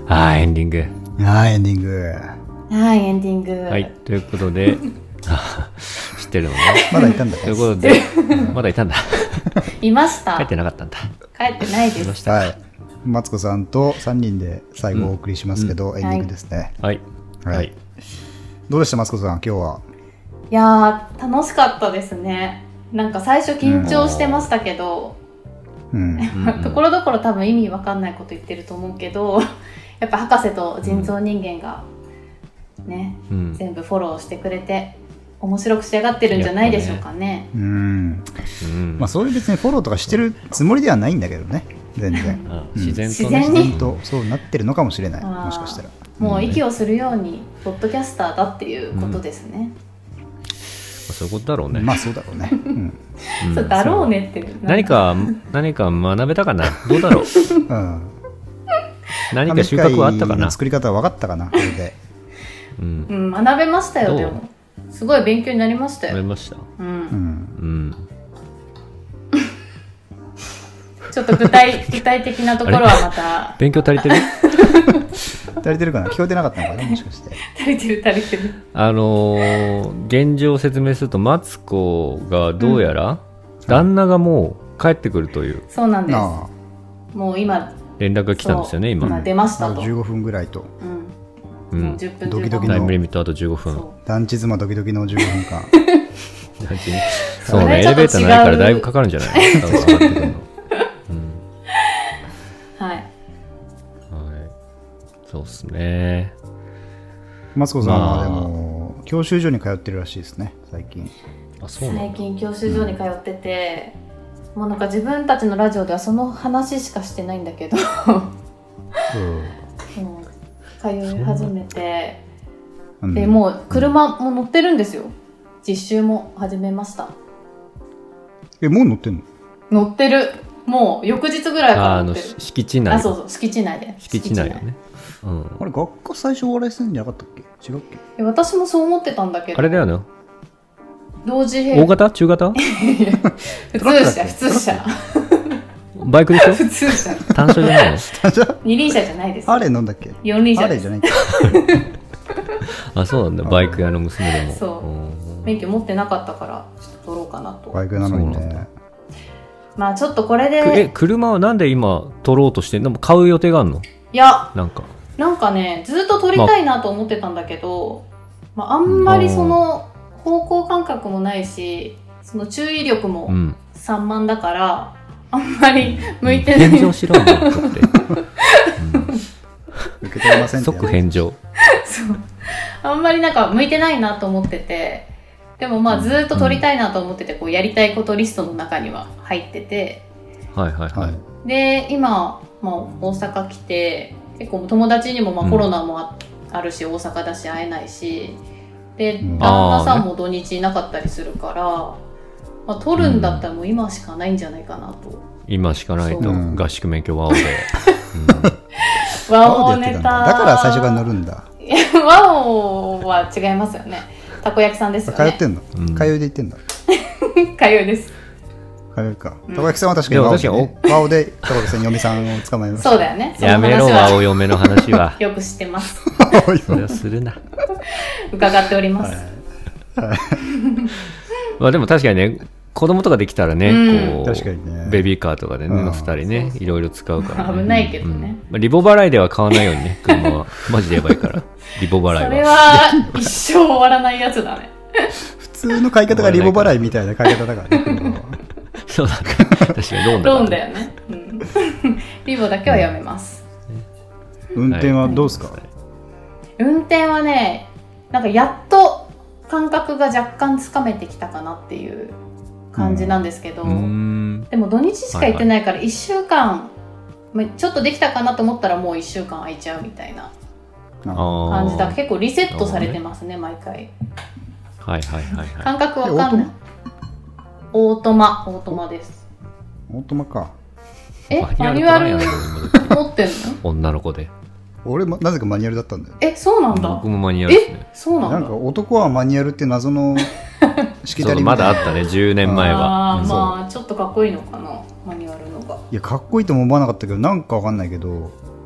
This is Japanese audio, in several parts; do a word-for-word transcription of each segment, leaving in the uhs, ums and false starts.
はい、エンディング。 はい、エンディング。 はい、エンディング。 はい、ということで、知ってるのね。 まだいたんだ。 ということで、まだいたんだ。 いました。 帰ってなかったんだ。 帰ってないです。 はい。マツコさんとさんにんで最後お送りしますけど、うん、エンディングですね。 はい。はい。はい、 どうでした、マツコさん、今日は。 いやー、楽しかったですね。なんか最初緊張してましたけど、うん、ところどころ多分意味わかんないこと言ってると思うけど、やっぱ博士と人造人間がね、うん、全部フォローしてくれて面白く仕上がってるんじゃないでしょうかね。 うん、うん、まあそういう別にフォローとかしてるつもりではないんだけどね、全然、 うん、自然と、 ね、自然にとそうなってるのかもしれない。もしかしたらもう息をするようにポッドキャスターだっていうことですね。 うん、そういうことだろうね。 まあそうだろうね。うん、 そうだろうねって何か何か学べたかな。どうだろう。うん、何か収穫はあったかな。 作り方は分かったかな。これで、 うんうん、学べましたよ。でもすごい勉強になりましたよ。 学べました。うん。うん。 ちょっと具体具体的なところはまた勉強足りてる？ 足りてるかな。聞こえてなかったのかな、もしかして。 足りてる足りてる。 あのー、現状を説明すると、マツコがどうやら、うん、旦那がもう帰ってくるという。 そうなんです。もう今連絡が来たんですよね。今。 今出ましたと。 じゅうごふんぐらいと。 うん。 もうじゅっぷんドキドキのタイムリミットあとじゅうごふん。 団地妻ドキドキのじゅうごふんかん。 そうね。エレベーターないからだいぶかかるんじゃない？ はい。 そうですね。 マツコさんはでも、まあ、教習所に通ってるらしいですね、最近。 あ、そうなんだ。 最近教習所に通ってて、うん、もうなんか自分たちのラジオではその話しかしてないんだけど、うん、通い始めて、うん、でもう車も乗ってるんですよ。実習も始めました。 え、もう乗ってんの？ 乗ってる。もう翌日ぐらいから乗ってる。 あの敷地内。 あ、そうそう、敷地内で。 敷地内よね。うん、 あれ学科最初お笑いするんじゃなかったっけ？違うっけ？ 私もそう思ってたんだけど。 あれだよね。 同時並大型？中型？ 普通車、普通車。 バイクでしょ？ 普通車。 単車じゃないの？ 単車？ 二輪車じゃないです。 あれなんだっけ？ 四輪車。 あれじゃないっけ？ あ、そうなんだ。バイク屋の娘でも。 そう。免許持ってなかったからちょっと取ろうかなと。 バイクなのにね。 まあちょっとこれで。 え、車はなんで今取ろうとしてんの？買う予定があるの？ いや。 なんか。 なんかね、ずっと撮りたいなと思ってたんだけど、まあ、あんまりその方向感覚もないし、その注意力も散漫だから、うん、あんまり向いてない。 返上しろよって。うん、 受け取れませんって。 即返上。 そう。あんまりなんか向いてないなと思ってて、でもまあずっと撮りたいなと思ってて、こうやりたいことリストの中には入ってて、 はいはいはい。 で、今、まあ、大阪来て、結構友達にもまあコロナも あ,、うん、あるし大阪だし会えないしで、うん、旦那さんも土日いなかったりするから、まあ、取るんだったらもう今しかないんじゃないかなと、うん、 今しかないと、合宿免許ワオで、 うん、ワオネタだから最初から乗るんだ。 ワオは違いますよね。たこ焼きさんですよね。 通ってんの、うん、通いで行ってんだ。 通いです。 通いか。たこ焼きさんは確かにワオで、ね、ワオでたこ焼きさん嫁さんを捕まえました。 そうだよね。 やめろワオ嫁の話は。 よく知ってます。 それはするな。 伺っております。 はいはい、 まあでも確かにね、子供とかできたらね、うん、こう確かにね、 ベビーカーとかでね、ふたりね、いろいろ使うから、 ね、危ないけどね、 うんまあ、リボ払いでは買わないようにね、車はマジでやばいからリボ払いはそれは一生終わらないやつだね。 普通の買い方がリボ払いみたいな買い方だからね。 そうだね、確かにローンだから、ね、 ローンだよね、うん、リボだけはやめます、 うん、運転はどうですか？はい、 運転はね、なんかやっと感覚が若干つかめてきたかなっていう感じなんですけど、うん、でも土日しか行ってないからいっしゅうかん、はいはい、ちょっとできたかなと思ったらもういっしゅうかん空いちゃうみたいな感じだ。結構リセットされてますね、毎回。 はいはいはい、はい、 感覚わかんない。オートマ、オートマです。 オートマか。 え、マニュアル持ってんの？ 女の子で。 俺なぜかマニュアルだったんだよ。 え、そうなんだ。 僕もマニュアルですね。 え、そうなんだ。 なんか男はマニュアルって謎のしきたりみたいな。 まだあったね、じゅうねんまえは。 あ、まあちょっとかっこいいのかな、マニュアルのが。 いや、かっこいいとも思わなかったけど、なんかわかんないけど、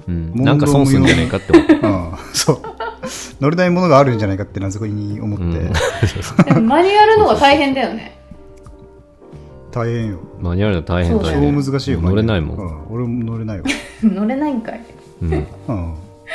うん、なんか損するんじゃないかって思って、 うん、そう乗れないものがあるんじゃないかって謎に思って、うん、 でもマニュアルの方が大変だよね。 大変よ。 マニュアルの大変大変超難しいよ。 乗れないもん、 うん、俺も乗れないわ乗れないんかい、 うんうん、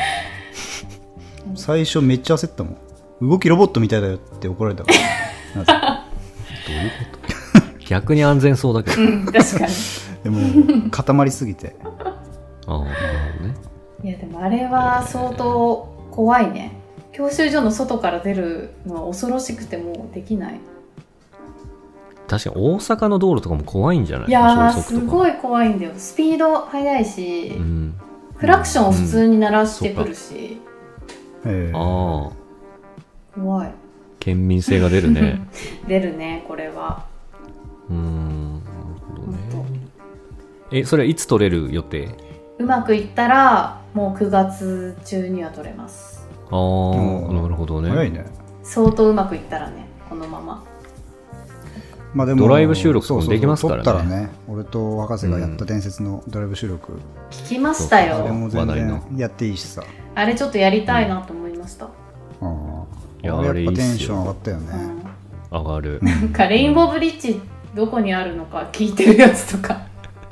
最初めっちゃ焦ったもん。動きロボットみたいだよって怒られたからなぜどういうこと逆に安全そうだけど、 うん、確かにでも固まりすぎてああ、なるほどね。 いやでもあれは相当怖いね。教習所の外から出るのは恐ろしくてもうできない。 確かに大阪の道路とかも怖いんじゃない？ いやーすごい怖いんだよ。スピード速いし、うん、クラクションを普通に鳴らしてくるし、 うんうん、 ああ怖い。 県民性が出るね出るねこれは。 うーん、なるほどね。え、それはいつ取れる予定？ うまくいったらもうくがつ中には取れます。 ああ、なるほどね。 早いね。 相当うまくいったらね、このまま。 まあ、でもドライブ収録とかもできますからね。 そうそうそう、撮ったらね、俺と博士がやった伝説のドライブ収録、うん、 聞きましたよ。 あれも全然やっていいしさ。 あれちょっとやりたいなと思いました。 うん、ああ、やっぱテンション上がったよね。 うん、上がる。 なんかレインボーブリッジどこにあるのか聞いてるやつとか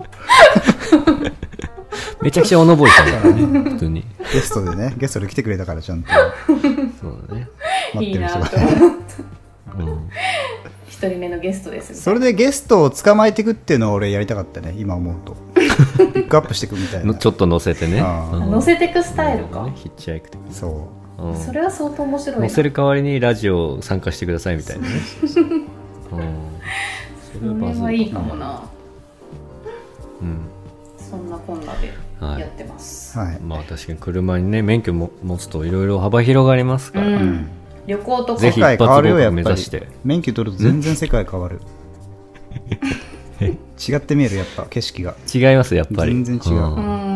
めちゃくちゃおのぼりしたからね普通にゲストでね、ゲストで来てくれたからちゃんとそうだね、 いいなと思って一人目のゲストです。 それでゲストを捕まえていくっていうのを俺やりたかったね、今思うとピックアップしていくみたいなちょっと乗せてね、 乗せていくスタイルか、 ね、ヒッチハイク的に。 そう、 うん、それは相当面白いな。 乗せる代わりにラジオ参加してくださいみたいなねうん、それはバズるかも。それはいいかもな。 うん、 そんなこんなでやってます、 はいはい、 まあ確かに車にね免許も持つといろいろ幅広がりますから、うん、 旅行とかぜひ一発合格目指して免許取ると全然世界変わる違って見える、やっぱ景色が違いますやっぱり全然違う、うん、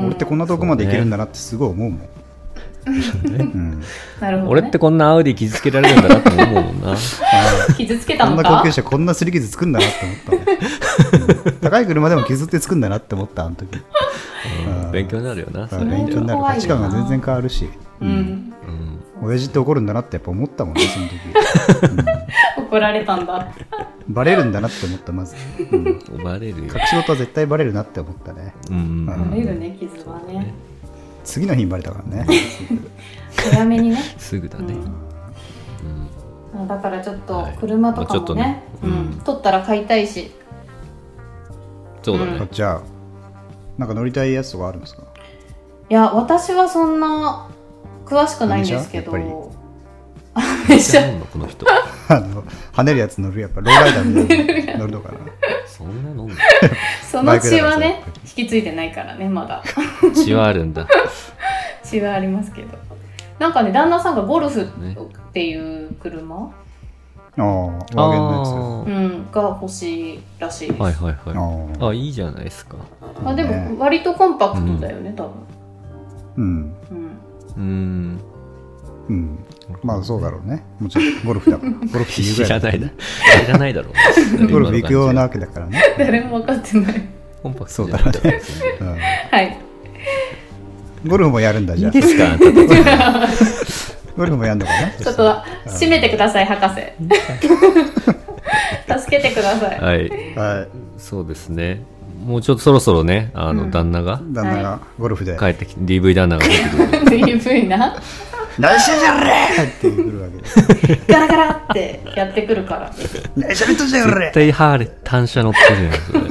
俺ってこんな遠くまで行けるんだなってすごい思うもん、 ねうん、なるほどね、 俺ってこんなアウディ傷つけられるんだなって思うもんな傷つけたのか、 こんな高級車こんな擦り傷つくんだなって思った、うん、高い車でも傷ってつくんだなって思ったあの時、 うん、勉強になるよな。 それ勉強になる、価値観が全然変わるし、 うんうん、 親父って怒るんだなってやっぱ思ったもんねその時、 うん、怒られたんだバレるんだなって思ったまず、うん、 バレるよ、 隠し事は絶対バレるなって思ったね、 うん、 バレるね、傷はね、 次の日にバレたからね早めにねすぐだね、 うんうん、だからちょっと車とかもね、はいねうんうん、取ったら買いたいし。 そうだね、 うん、じゃあなんか乗りたいやつとかあるんですか？ いや私はそんな詳しくないんですけど、 めっちゃこの人あの跳ねるやつ乗る、やっぱローライダーみたいな乗るのかなそんな乗んのその血はね引き継いでないからねまだ血はあるんだ血はありますけど、なんかね旦那さんがゴルフっていう車、ね、 ああワーゲンのやつ、うん、が欲しいらしいです。 はいはいはい。ああいいじゃないですか。 まあでも割とコンパクトだよね、うん、多分。 うんうんうんうん。まあそうだろうね。もちろんゴルフだから。ゴルフ知らないだ知らないだろう。 ゴルフ行くようなわけだからね。 誰も分かってない。 コンパクトじゃないだろう、 うん。はい。 ゴルフもやるんだじゃあ。 いいですか。 ゴルフもやるのかな。 ちょっと締めてください博士。助けてください。 はい。はい。そうですね。もうちょっとそろそろね、あの、うん、旦那が旦那がゴルフで帰ってきて ディーブイ 旦那が出てくる。 ディーブイ な。 何してんじゃんれってくるわけです。 ガラガラってやってくるから。 何しゃべっとんじゃんれ。 絶対ハーレー単車乗ってるじゃないそれ。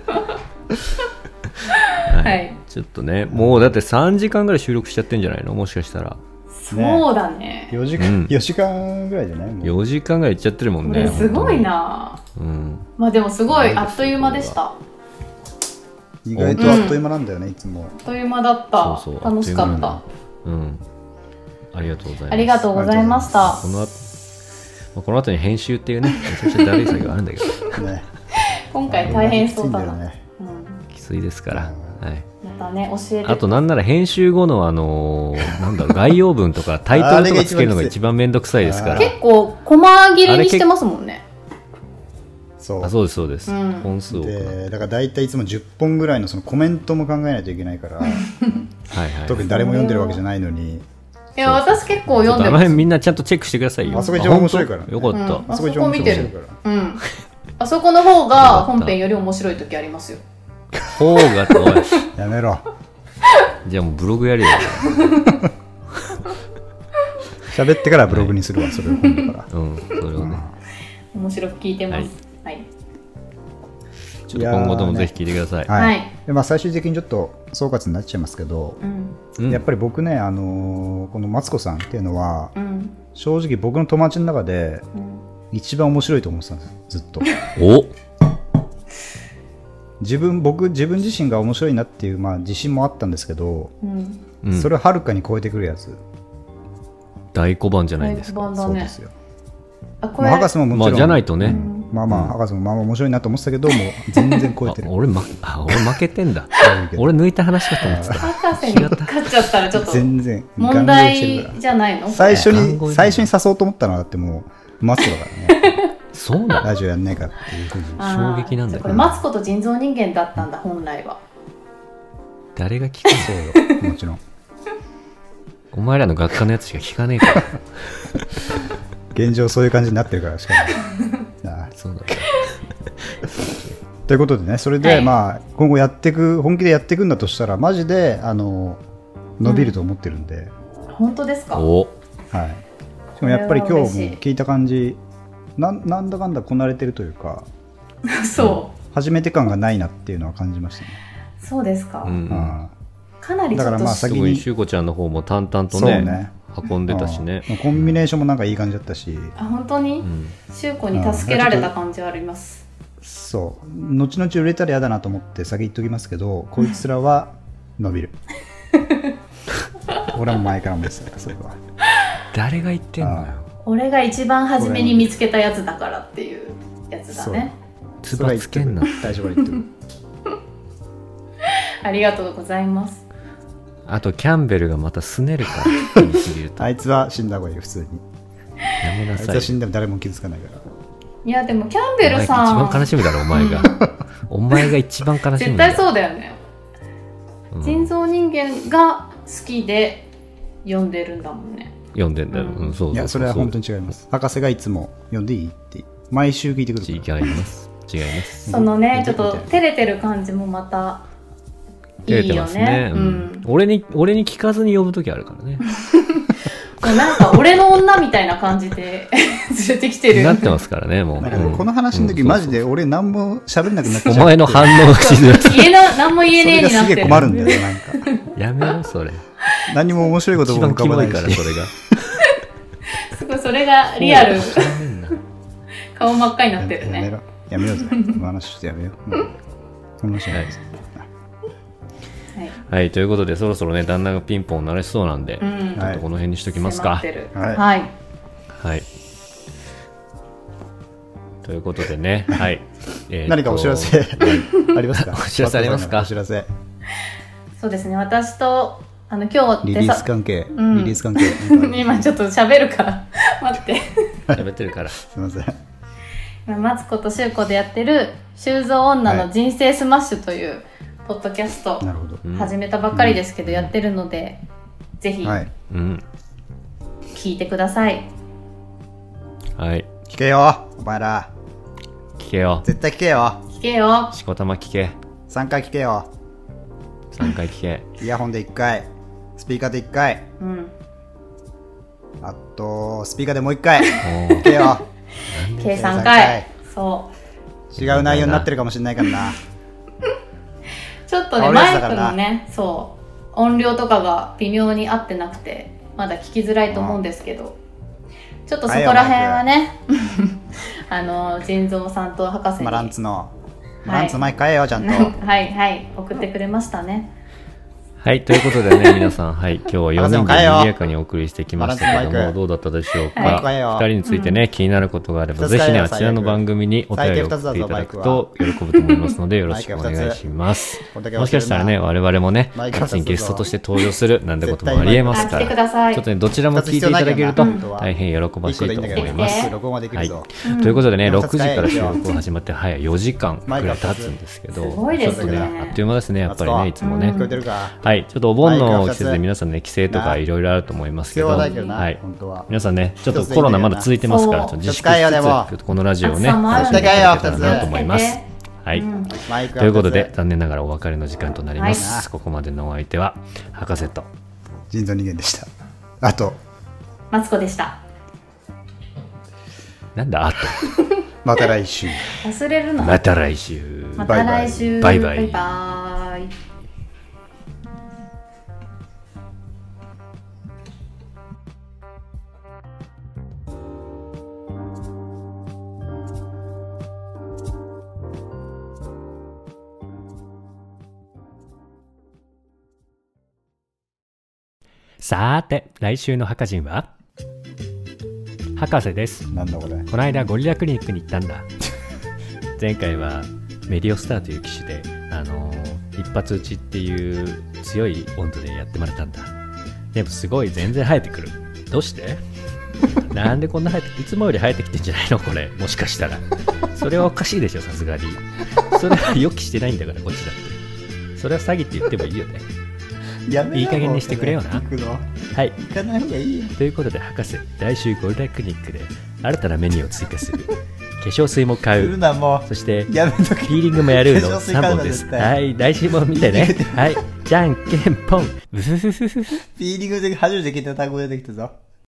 はい、はい。ちょっとね、もうだってさんじかんぐらい収録しちゃってんじゃないの？もしかしたら。 そうだね。 よじかん、うん、よじかんぐらいじゃない？もうよじかんぐらいいっちゃってるもんね。 これすごいな。うん。まあでもすごいあっという間でした。 意外とあっという間なんだよね、いつも。 あっという間だった。そうそう楽しかった。 うん。ありがとうございます。 ありがとうございました。 この後、この後に編集っていうね、めちゃくちゃだるい作業あるんだけど。ね。 今回大変そうだな。ねうん、きついですから。はい。 またね教えて。 あとなんなら編集後のあのー、なんだろう概要文とかタイトルとかつけるのが一番めんどくさいですから。 結構細切れにしてますもんね。 そうあそうですそうです、 うん、 本数多くでだから大体いつもじゅっぽんぐらいのそのコメントも考えないといけないからはいはい、 特に誰も読んでるわけじゃないのに。 いや私結構読んであのます。 辺みんなちゃんとチェックしてくださいよ。 あそこ一番面白いから、 あよかった、 うん、 あそこ一番面白いから。 うん。あそこの方が本編より面白い時ありますよ。 方がとおいやめろ。 じゃあもうブログやるよ。 喋ってからブログにするわ、それを今度から。 うん、それをね。 面白く聞いてます。はい。 ちょっと今後ともぜひ聞いてください。 はい。でまあ最終的にちょっと総括になっちゃいますけど、 うん、 やっぱり僕ね、あのー、このマツコさんっていうのは、 うん、 正直僕の友達の中で一番面白いと思ってたんです、ずっと。 お自分僕自分自身が面白いなっていう、まあ、自信もあったんですけど、 うん、 それをはるかに超えてくるやつ。 大小判じゃないですか。 ね、 そうですよ。 あこれまあ、博士ももちろん、 まあ、じゃないとね、うん、 まあまあ、うん、博士もまあまあ面白いなと思ってたけども全然超えてる。 あ俺、ま、あ俺負けてんだ俺抜いた話かと思ってた。 博士に勝っちゃったらちょっと全然問題じゃないの。 最初に最初に誘おうと思ったのはだってもうマツコだからね。 そうなの。 ラジオやんないかっていうふうに衝撃なんだけど、 これマツコと人造人間だったんだ本来は。 誰が聞くそうよもちろんお前らの学科のやつしか聞かねえから現状そういう感じになってるからしかないそうだねということでね、それで、はい、まあ今後やっていく本気でやっていくんだとしたらマジであの伸びると思ってるんで、 うん、本当ですか。 お、 はい、しかもやっぱり今日も聞いた感じ な, なんだかんだこなれてるというかそう初めて感がないなっていうのは感じましたね。 そうですか、 うんうん、 かなりちょっとだからまあ先にしゅうこちゃんの方も淡々と ね, ね運んでたしね。 コンビネーションもなんかいい感じだったし、 あ本当にしゅうこに助けられた感じはあります。 そう後々売れたら嫌だなと思って先言っときますけど、こいつらは伸びる俺はも前から思ってたからそれは。 誰が言ってんのよ。 俺が一番初めに見つけたやつだからっていうやつだね。 つばつけんな。 最初から言ってるありがとうございます。 あとキャンベルがまたすねるから言い過ぎるとあいつは死んだ方がいいよ普通に。 やめなさい。 あいつは死んでも誰も傷つかないから。 いやでもキャンベルさん一番悲しみだろお前がお前が一番悲しみ絶だよ。 対そうだよね、うん、人造人間が好きで読んでるんだもんね。 読んでんだよ、うんうん、そうそうそう。 いやそれは本当に違います。博士がいつも読んでいいって毎週聞いてくるから。 違います違いますそのねちょっと照れてる感じもまたいいよね。ね、うん、 俺に俺に聞かずに呼ぶときあるからねもうなんか俺の女みたいな感じで連れてきてるなってますからねもう。 なんかこの話の時、うん、マジで俺何も喋んなくなっちゃう。 お前の反応が気づいた。 言えな何も言えねえになってる。 それがすげえ困るんだよなんかやめろそれ。 何も面白いことも浮かばないし。 一番キモいからそれがすごいそれがリアル顔真っ赤になってるね。 やめろやめようぜこの話してやめよう、うん、この話ないです、 はいはい、ということでそろそろね旦那がピンポン鳴れそうなんで、うん、ちょっとこの辺にしときますか。 はい、 はいはい、ということでね、はいえー、何かお知らせありますか。 お知らせありますか。 お知らせ。 そうですね、私とあの今日リリース関係、うん、リリース関係今ちょっと喋るから待って喋ってるからすいません。 マツコとシュウコでやってる修造女の人生スマッシュというポッドキャスト、 なるほど、 始めたばっかりですけど、うん、やってるのでぜひ聞いてください。 はい、 聞けよお前ら。 聞けよ絶対聞けよ。 聞けよしこたま聞け。 さんかい聞けよ。 さんかい聞け。 イヤホンでいっかい、スピーカーでいっかい、 うん、 あとスピーカーでもういっかい聞けよ。 計さんかい。そう違う内容になってるかもしれないからなちょっとねマイクのねそう音量とかが微妙に合ってなくてまだ聞きづらいと思うんですけど、ちょっとそこら辺はねあの腎臓さんと博士に、 まあ、ランツのランツのマイク変えよちゃんとはいはい送ってくれましたね。 はい、ということでね皆さん、はい、今日はよにんで賑やかにお送りしてきましたけどもどうだったでしょうか。はい、ふたりについてね、うん、気になることがあればぜひねあちらの番組にお便りを送っていただくと喜ぶと思いますのでよろしくお願いします。もしかしたらね我々もね勝ちにゲストとして登場するなんてこともありえますからちょっとねどちらも聞いていただけると大変喜ばしいと思います。はい、ということでねろくじから収録が始まって早よじかんくらい経つんですけどちょっとねあっという間ですねやっぱりねいつもね。はいはいちょっとお盆の季節で皆さんね帰省とかいろいろあると思いますけど、はい、皆さんねちょっとコロナまだ続いてますから自粛しつつこのラジオをね楽しんでいただけたらなと思います。はい、うん、ということで残念ながらお別れの時間となります、はい、ここまでのお相手は博士と人造人間でした。あとマツコでした。 なんだあとまた来週忘れるのまた来週また来週バイバイバイバイ。 さーて来週の博人は博士です。 なんだこれ。 この間ゴリラクリニックに行ったんだ前回はメディオスターという機種で、あのー、一発打ちっていう強い温度でやってもらったんだ。でもすごい全然生えてくる。どうしてなんでこんな生えていつもより生えてきてんじゃないのこれ。もしかしたらそれはおかしいでしょさすがに。それは予期してないんだからこっちだって。それは詐欺って言ってもいいよね。 やめいい加減にしてくれよな。はい。 行かない方がいいよ。 ということで博士、来週ゴリラクリニックで新たなメニューを追加する。化粧水も買う。 するなもう。 そしてやめとけ。 ピーリングもやるのさんぼんです。はい、来週も見てね。はい、じゃんけんぽん。 ピーリングで初めて聞いた単語出てきたぞ。